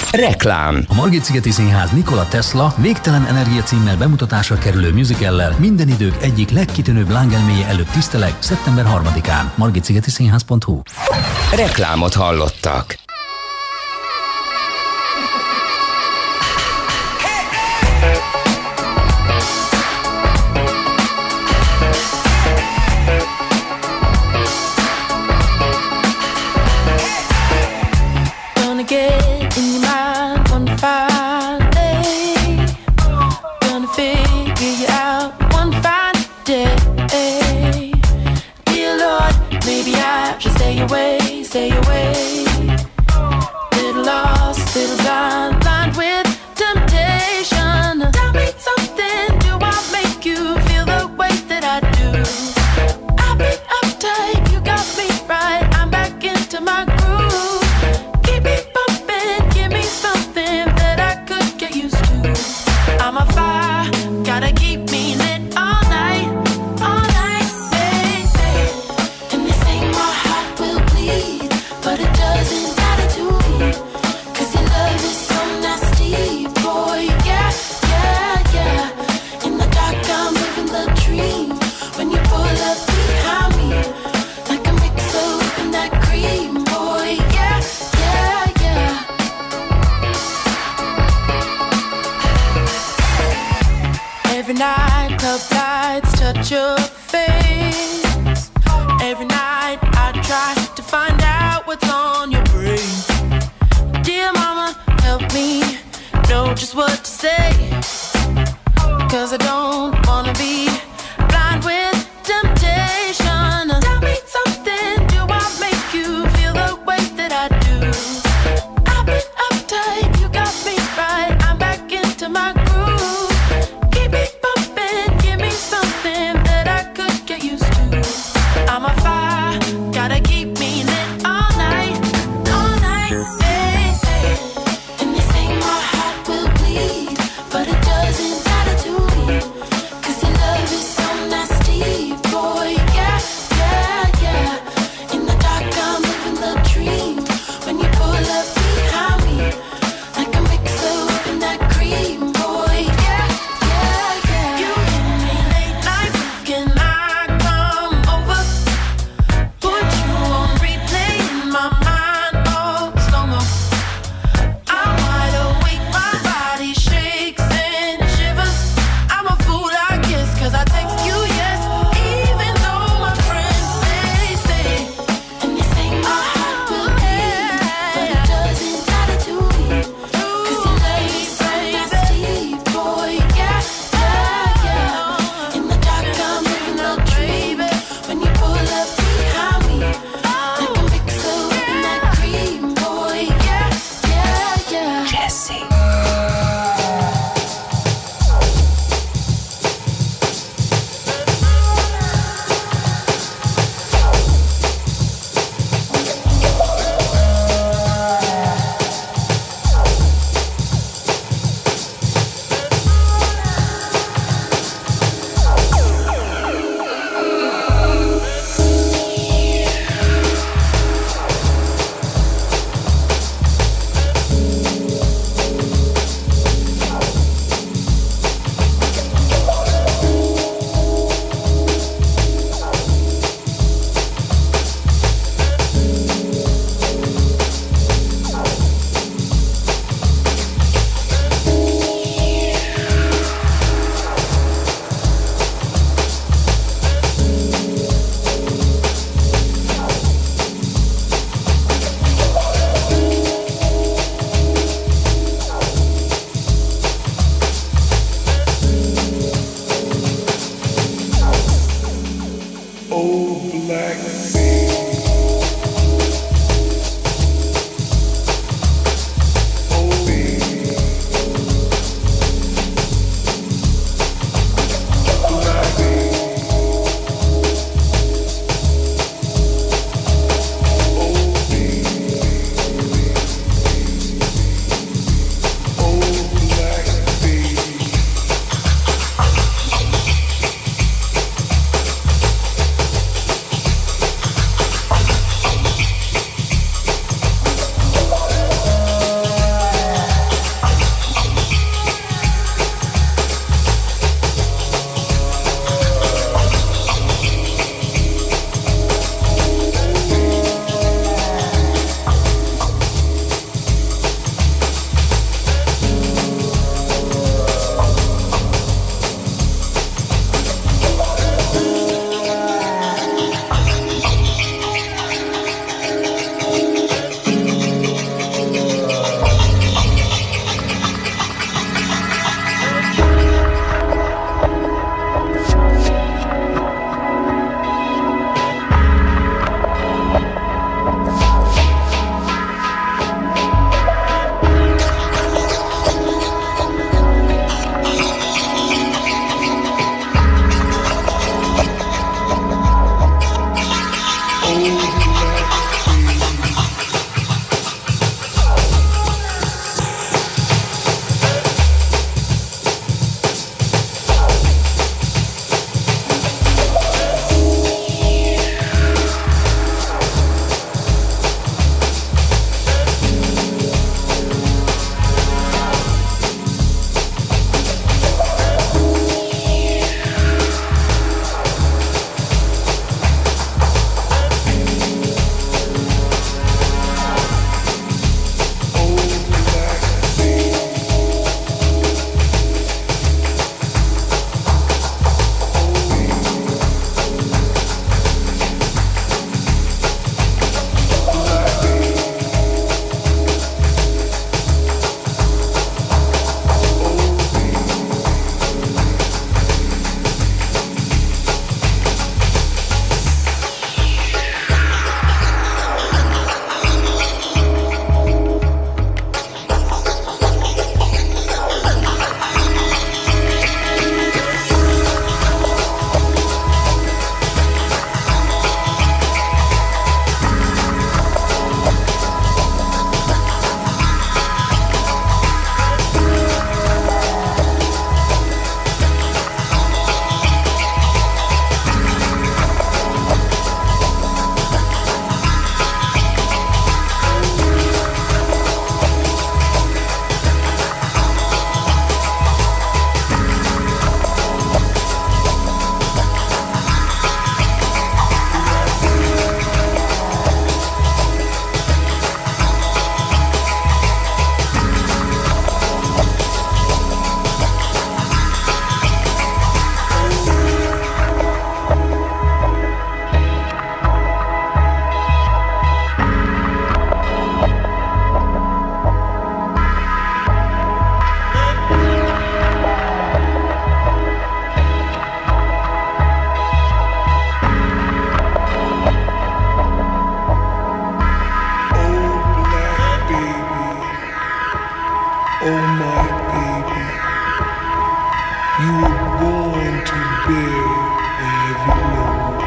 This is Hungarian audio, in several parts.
Reklám. A Margit-szigeti Színház Nikola Tesla végtelen energia címmel bemutatásra kerülő musicallel minden idők egyik legkitűnőbb lángelméje előtt tiszteleg szeptember 3-án. margitszigetisihnaz.hu. Reklámot hallottak. Stay away, little lost, little blind, blind with temptation. Tell me something, do I make you feel the way that I do? I've been uptight, you got me right, I'm back into my groove. Keep me bumping, give me something that I could get used to. I'm a fire, gotta keep me lit all night, baby. And they say my heart will bleed, but it doesn't matter to me, 'cause your love is so nasty, boy, yeah, yeah, yeah. In the dark I'm living the dream, when you pull up behind me, like a mix-up in that cream, boy, yeah, yeah, yeah. Every night club lights touch your face, every night I try to find out what's on your brain. Dear mama, help me know just what to say, 'cause I don't wanna be blind with temptation. Tell me something, do I make you feel the way that I do? I've been uptight, you got me right, I'm back into my groove. Keep me bumping, give me something that I could get used to. I'm a fire, gotta keep me lit all night, baby. And they say my heart will bleed, but it doesn't matter to me, 'cause your love Oh my baby, you were born to bear a heavy load.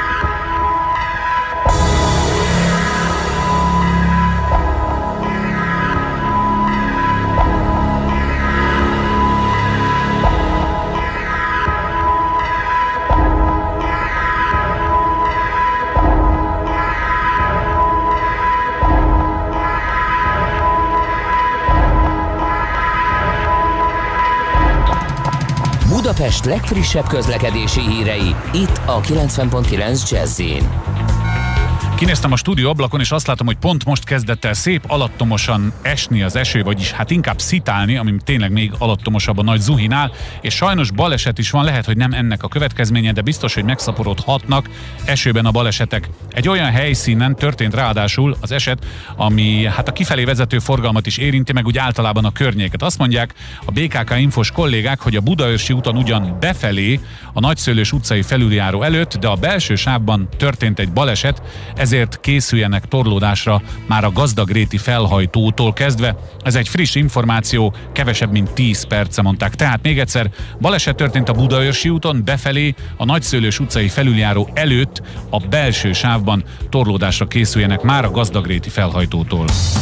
Budapest legfrissebb közlekedési hírei, itt a 90.9 Jazz-in. Kinéztem a stúdió ablakon, és azt látom, hogy pont most kezdett el szép alattomosan esni az eső, vagyis hát inkább szitálni, ami tényleg még alattomosabb a nagy Zuhinál, és sajnos baleset is van, lehet, hogy nem ennek a következménye, de biztos, hogy megszaporodhatnak esőben a balesetek. Egy olyan helyszínen történt ráadásul az eset, ami hát a kifelé vezető forgalmat is érinti, meg úgy általában a környéket. Azt mondják a BKK infos kollégák, hogy a Budaörsi úton ugyan befelé, a Nagyszőlős utcai felüljáró előtt, de a belső sávban történt egy baleset, ezért készüljenek torlódásra már a Gazdagréti felhajtótól kezdve. Ez egy friss információ, kevesebb mint 10 perce mondták. Tehát még egyszer, baleset történt a Budaörsi úton, befelé, a Nagyszőlős utcai felüljáró előtt, a belső sávban torlódásra készüljenek már a Gazdagréti felhajtótól.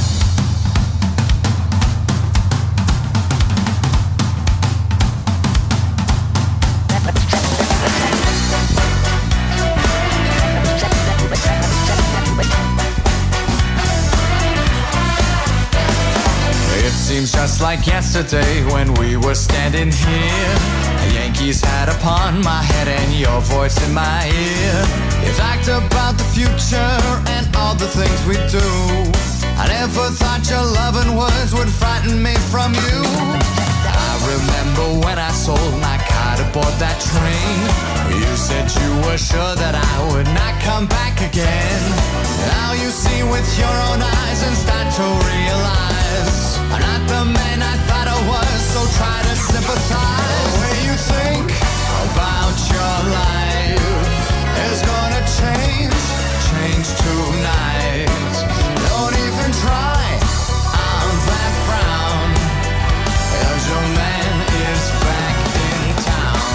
Just like yesterday when we were standing here, the Yankees hat upon my head and your voice in my ear. You talked about the future and all the things we do. I never thought your loving words would frighten me from you. I remember when I sold my car to board that train. You said you were sure that I would not come back again. Now you see with your own eyes and start to realize I'm not the man I thought I was, so try to sympathize. The way you think about your life is gonna change tonight. Don't even try on that frown, 'cause your man is back in town.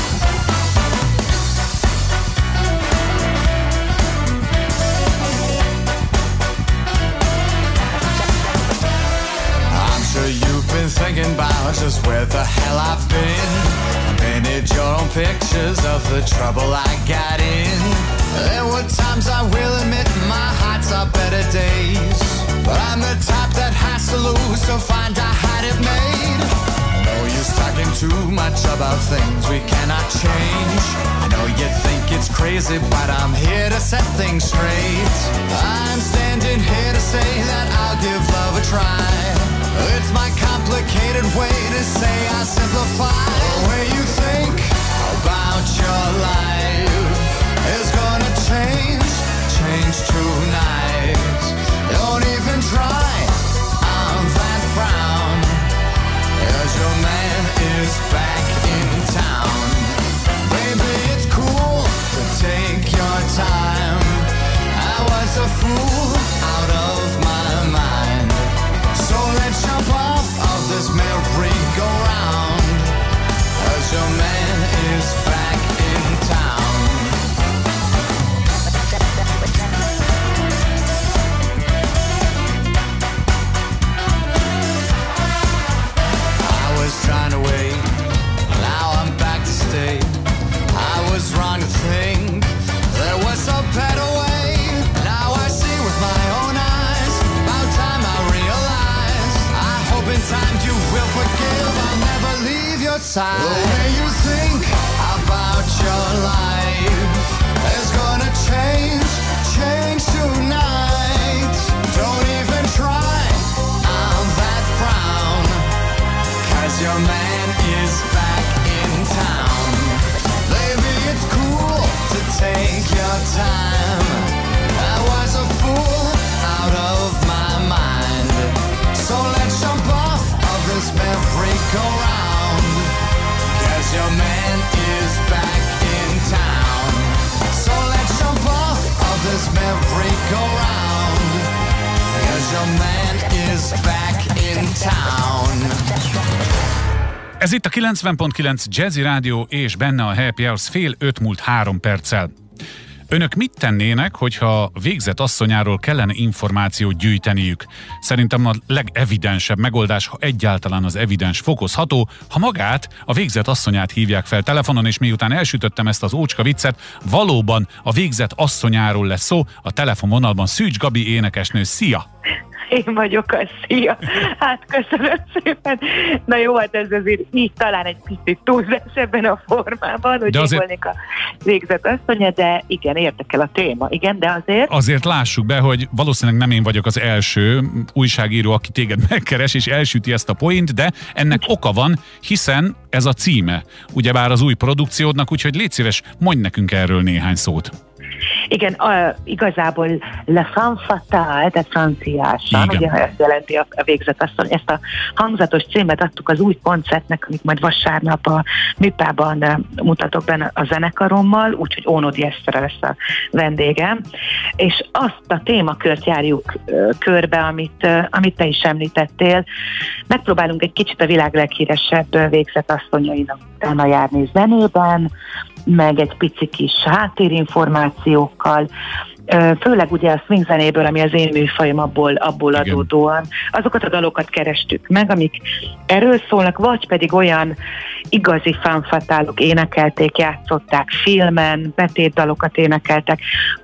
I'm sure you've been thinking about just where the hell I've been. Painted your own pictures of the trouble I got in. There were times, I will admit, my heart's our better days, but I'm the type that has to lose to find I had it made. No use talking too much about things we cannot change. I know you think it's crazy, but I'm here to set things straight. I'm standing here to say that I'll give love a try. It's my complicated way to say I simplify. The way you think about your life is gonna change tonight. Don't even try on that frown, 'cause your man is back in town. Baby, it's cool to take your time. I was a fool out of my mind. So let's jump off of this merry-go-round, 'cause your man is back in town. I was trying to wait, now I'm back to stay. I was wrong to think there was a better way. Now I see with my own eyes, about time I realize. I hope in time you will forgive, I'll never leave your side. The way you think about your life is gonna change tonight. Don't even try on that frown, 'cause your man is back in town. Baby, it's cool to take your time. I was a fool out of my mind. So let's jump off of this merry-go-round, 'cause your man is back in town. So let's jump off of this merry-go-round, 'cause your man is back in town. Ez itt a 90.9 Jazzy Rádió, és benne a Happy Hours 4:05 Önök mit tennének, hogyha végzett asszonyáról kellene információt gyűjteniük? Szerintem a legevidensebb megoldás, ha egyáltalán az evidens fokozható, ha magát, a végzett asszonyát hívják fel telefonon, és miután elsütöttem ezt az ócska viccet, valóban a végzett asszonyáról lesz szó. A telefonvonalban Szűcs Gabi énekesnő. Szia! Én vagyok a szia. Hát köszönöm szépen. Na jó, hát ez azért így talán egy picit túlzás ebben a formában, hogy én volnék a végzett asszonya, de igen, érdekel a téma. Igen, de azért lássuk be, hogy valószínűleg nem én vagyok az első újságíró, aki téged megkeres, és elsüti ezt a point, de ennek oka van, hiszen ez a címe, ugyebár az új produkciódnak, úgyhogy légy szíves, mondj nekünk erről néhány szót. Igen, igazából Le Femme Fatale, tehát franciásan, ugye ezt jelenti a végzett asszony. Ezt a hangzatos címet adtuk az új koncertnek, amit majd vasárnap a Műpában mutatok benne a zenekarommal, úgyhogy Ónodi Eszter lesz a vendégem. És azt a témakört járjuk körbe, amit te is említettél. Megpróbálunk egy kicsit a világ leghíresebb végzett asszonyainak utána járni zenében, meg egy pici kis háttérinformációkkal, főleg ugye a swing zenéből, ami az én műfajom, abból adódóan. Azokat a dalokat kerestük meg, amik erről szólnak, vagy pedig olyan igazi fanfatálok énekelték, játszották filmen, betétdalokat énekeltek,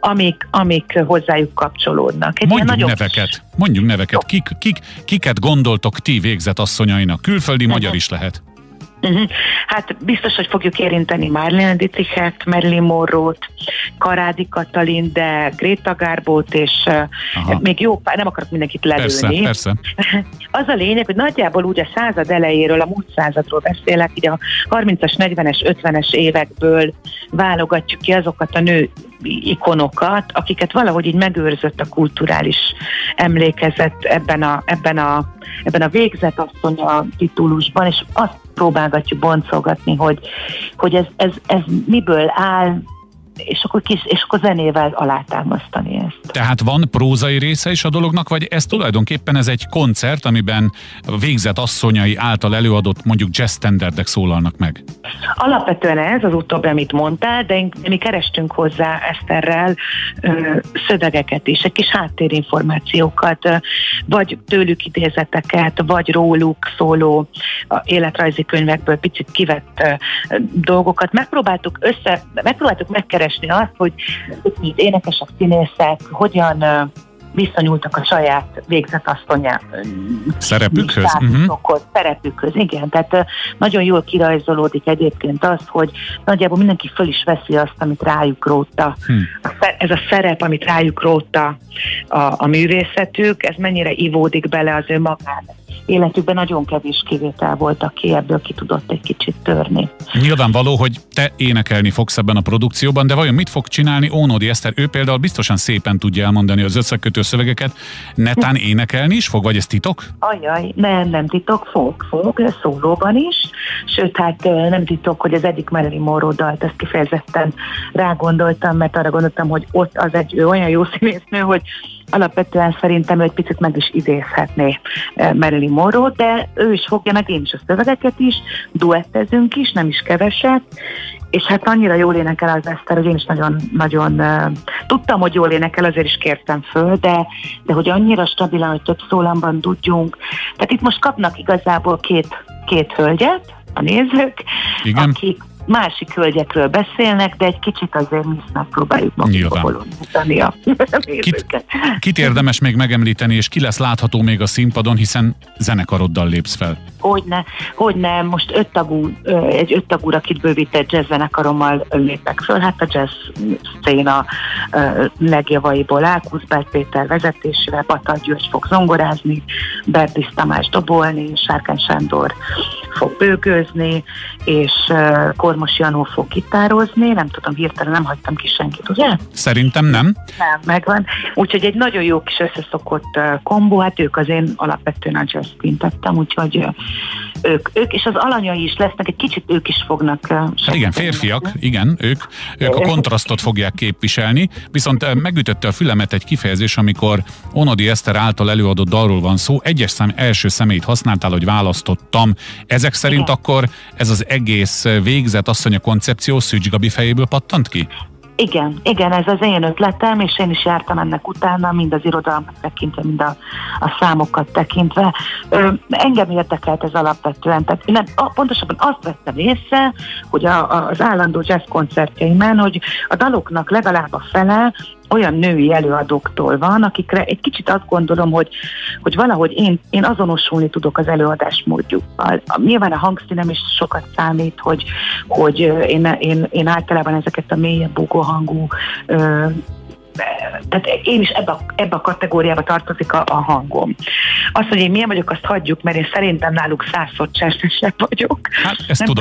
amik hozzájuk kapcsolódnak. Mondjunk neveket. Kiket gondoltok ti végzett asszonyainak? Külföldi, magyar is lehet. Hát biztos, hogy fogjuk érinteni Marlene Dietrichet, Marilyn Monroe-t, Karádi Katalin, de Greta Garbo-t, és még jó pár, nem akarok mindenkit lelőni. Persze. Az a lényeg, hogy nagyjából úgy a század elejéről, a múlt századról beszélek, így a 30-as, 40-es, 50-es évekből válogatjuk ki azokat a nő ikonokat, akiket valahogy így megőrzött a kulturális emlékezet ebben a végzett asszonya titulusban, és azt próbálgatjuk boncolgatni, hogy ez miből áll, és akkor zenével alátámasztani ezt. Tehát van prózai része is a dolognak, vagy ez tulajdonképpen ez egy koncert, amiben végzett asszonyai által előadott mondjuk jazz standardek szólalnak meg? Alapvetően ez az utóbbi, amit mondtál, de mi kerestünk hozzá Eszterrel szövegeket is, egy kis háttérinformációkat, vagy tőlük idézeteket, vagy róluk szóló életrajzi könyvekből picit kivett dolgokat. Megpróbáltuk megkeresni azt, hogy énekesek, színészek hogyan viszonyultak a saját végzett asszonyá szerepükhöz. Igen, tehát nagyon jól kirajzolódik egyébként az, hogy nagyjából mindenki föl is veszi azt, amit rájuk rótta. Ez a szerep, amit rájuk rótta a művészetük, ez mennyire ivódik bele az ő magán életükben. Nagyon kevés kivétel volt, aki ebből ki tudott egy kicsit törni. Nyilvánvaló, hogy te énekelni fogsz ebben a produkcióban, de vajon mit fog csinálni Ónodi Eszter? Ő például biztosan szépen tudja elmondani az összekötő szövegeket. Netán énekelni is fog, vagy ez titok? Ajaj, nem titok, fog szólóban is. Sőt, hát nem titok, hogy az egyik Marilyn Monroe dalt, ezt kifejezetten rágondoltam, mert arra gondoltam, hogy ott az egy olyan jó színésznő, hogy alapvetően szerintem ő egy picit meg is idézhetné Marilyn Monroe, de ő is fogja, meg én is a szövegeket is, duettezünk is, nem is keveset, és hát annyira jól énekel az Eszter, hogy én is nagyon tudtam, hogy jól énekel, azért is kértem föl, de hogy annyira stabilan, hogy több szólamban tudjunk. Tehát itt most kapnak igazából két hölgyet, a nézők, akik másik hölgyekről beszélnek, de egy kicsit azért mi is megpróbáljuk magunkba bolondítani a nézőket. Kit érdemes még megemlíteni, és ki lesz látható még a színpadon, hiszen zenekaroddal lépsz fel? Hogyne, most egy 5 tagúra kibővített jazz zenekarommal lépek föl, hát a jazz széna legjavaiból áll, Kuszbály Péter vezetésével, Batal György fog zongorázni, Bertis Tamás dobolni, Sárkány Sándor fog bőgőzni, és Kormos Janó fog gitározni, nem tudom, hirtelen nem hagytam ki senkit, ugye? Szerintem nem. Nem, megvan. Úgyhogy egy nagyon jó kis összeszokott kombó, hát ők az én alapvetően a jazz pintettem, úgyhogy ők és az alanyai is lesznek, egy kicsit ők is fognak... Hát igen, férfiak, igen, ők a kontrasztot fogják képviselni, viszont megütötte a fülemet egy kifejezés, amikor Ónodi Eszter által előadott dalról van szó, egyes szám első személyt használtál, hogy választottam. Ezek ezek szerint akkor ez az egész végzett asszony a koncepció Szűcs Gabi fejéből pattant ki? Igen, ez az én ötletem, és én is jártam ennek utána, mind az irodalmat tekintve, mind a számokat tekintve. Engem érdekelt ez alapvetően, tehát pontosabban azt vettem észre, hogy az állandó jazz koncertjeimen, hogy a daloknak legalább a fele olyan női előadóktól van, akikre egy kicsit azt gondolom, hogy valahogy én azonosulni tudok az előadásmódjukkal. Nyilván a hangszínem is sokat számít, hogy én általában ezeket a mélyebb búgóhangú, tehát én is ebbe a kategóriába tartozik a hangom. Azt, hogy én milyen vagyok, azt hagyjuk, mert én szerintem náluk 100-szor csersesebb vagyok. Hát, ezt nem tudom.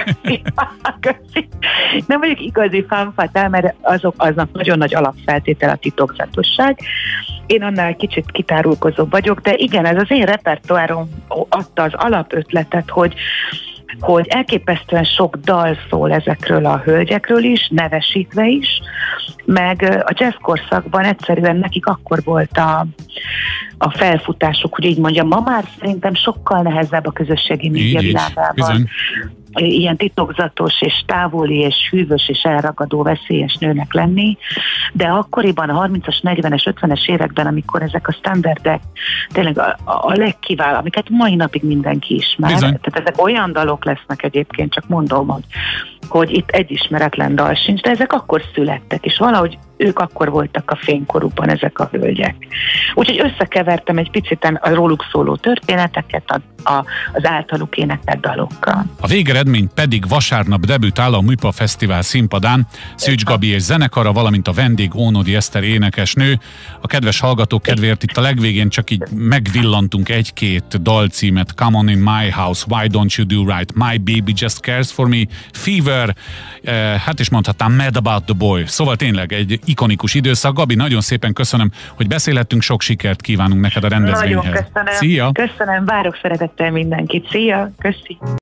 Nem vagyok igazi fanfatál, mert aznak nagyon nagy alapfeltétel a titokzatosság. Én annál kicsit kitárulkozóbb vagyok, de igen, ez az én repertoárom adta az alapötletet, hogy elképesztően sok dal szól ezekről a hölgyekről is, nevesítve is, meg a jazz korszakban egyszerűen nekik akkor volt a felfutásuk, hogy így mondjam, ma már szerintem sokkal nehezebb a közösségi média világában. Ilyen titokzatos és távoli és hűvös és elragadó veszélyes nőnek lenni, de akkoriban a 30-as, 40-es, 50-es években, amikor ezek a standardek tényleg a legkiváló, amiket mai napig mindenki ismer. Bizony. Tehát ezek olyan dalok lesznek egyébként, csak mondom, hogy itt egy ismeretlen dal sincs, de ezek akkor születtek, és valahogy ők akkor voltak a fénykorukban, ezek a hölgyek. Úgyhogy összekevertem egy picit a róluk szóló történeteket az általuk énekelt dalokkal. A végeredmény pedig vasárnap debütál a Műpa Fesztivál színpadán Szűcs Gabi és zenekara, valamint a vendég Ónodi Eszter énekesnő. A kedves hallgatók kedvéért itt a legvégén csak így megvillantunk egy-két dalcímet: Come on in my house, Why don't you do right, My baby just cares for me, Fever, hát is mondhatnám Mad about the boy. Szóval tényleg egy ikonikus időszak. Gabi, nagyon szépen köszönöm, hogy beszélhettünk, sok sikert kívánunk neked a rendezvényhez. Nagyon köszönöm. Szia! Köszönöm, várok szeretettel mindenkit. Szia, köszi!